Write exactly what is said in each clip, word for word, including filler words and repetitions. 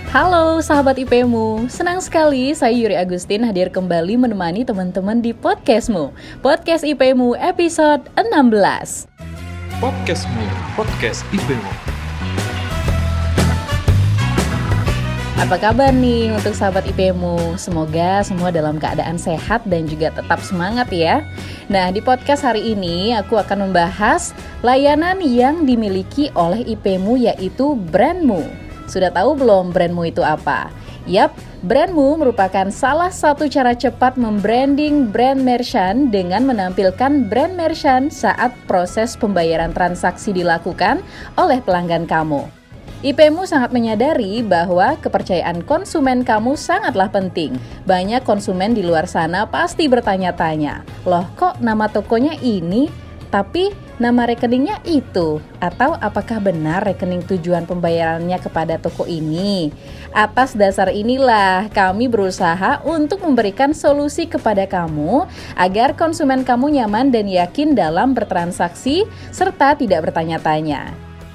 Halo sahabat I P-mu, senang sekali saya Yuri Agustin hadir kembali menemani teman-teman di podcastmu Podcast I P-mu episode enam belas. Podcastmu, podcast I P-mu. Apa kabar nih untuk sahabat I P-mu? Semoga semua dalam keadaan sehat dan juga tetap semangat ya. Nah, di podcast hari ini aku akan membahas layanan yang dimiliki oleh I P-mu yaitu brandmu. Sudah tahu belum brandmu itu apa? Yap, brandmu merupakan salah satu cara cepat membranding brand merchant dengan menampilkan brand merchant saat proses pembayaran transaksi dilakukan oleh pelanggan kamu. I P-mu sangat menyadari bahwa kepercayaan konsumen kamu sangatlah penting. Banyak konsumen di luar sana pasti bertanya-tanya, loh kok nama tokonya ini, tapi nama rekeningnya itu? Atau apakah benar rekening tujuan pembayarannya kepada toko ini? Atas dasar inilah kami berusaha untuk memberikan solusi kepada kamu agar konsumen kamu nyaman dan yakin dalam bertransaksi serta tidak bertanya-tanya.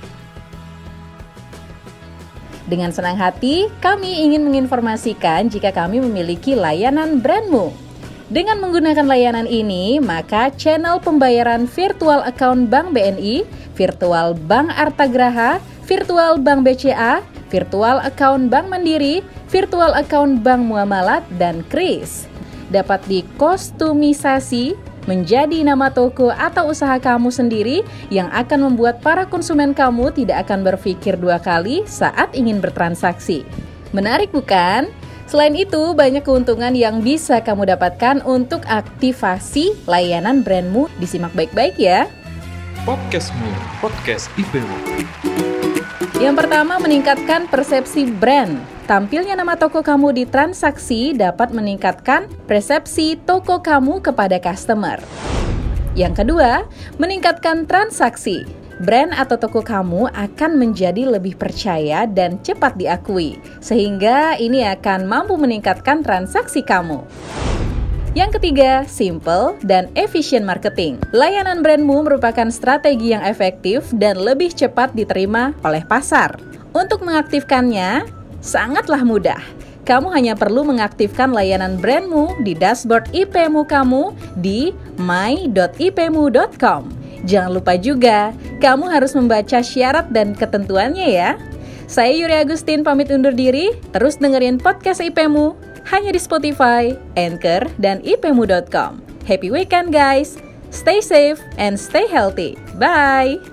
Dengan senang hati, kami ingin menginformasikan jika kami memiliki layanan brandmu. Dengan menggunakan layanan ini, maka channel pembayaran virtual account Bank B N I, virtual Bank Artagraha, virtual Bank B C A, virtual account Bank Mandiri, virtual account Bank Muamalat, dan Kris dapat dikostumisasi menjadi nama toko atau usaha kamu sendiri yang akan membuat para konsumen kamu tidak akan berpikir dua kali saat ingin bertransaksi. Menarik bukan? Selain itu, banyak keuntungan yang bisa kamu dapatkan untuk aktivasi layanan brandmu. Disimak baik-baik ya. Podcastmu, podcast I P-mu. Yang pertama, meningkatkan persepsi brand. Tampilnya nama toko kamu di transaksi dapat meningkatkan persepsi toko kamu kepada customer. Yang kedua, meningkatkan transaksi. Brand atau toko kamu akan menjadi lebih percaya dan cepat diakui, sehingga ini akan mampu meningkatkan transaksi kamu. Yang ketiga, simple dan efisien marketing. Layanan brandmu merupakan strategi yang efektif dan lebih cepat diterima oleh pasar. Untuk mengaktifkannya, sangatlah mudah. Kamu hanya perlu mengaktifkan layanan brandmu di dashboard I P-mu kamu di my dot i p mu dot com. Jangan lupa juga, kamu harus membaca syarat dan ketentuannya ya. Saya Yuri Agustin pamit undur diri, terus dengerin podcast I P-mu hanya di Spotify, Anchor, dan i p mu dot com. Happy weekend guys! Stay safe and stay healthy. Bye!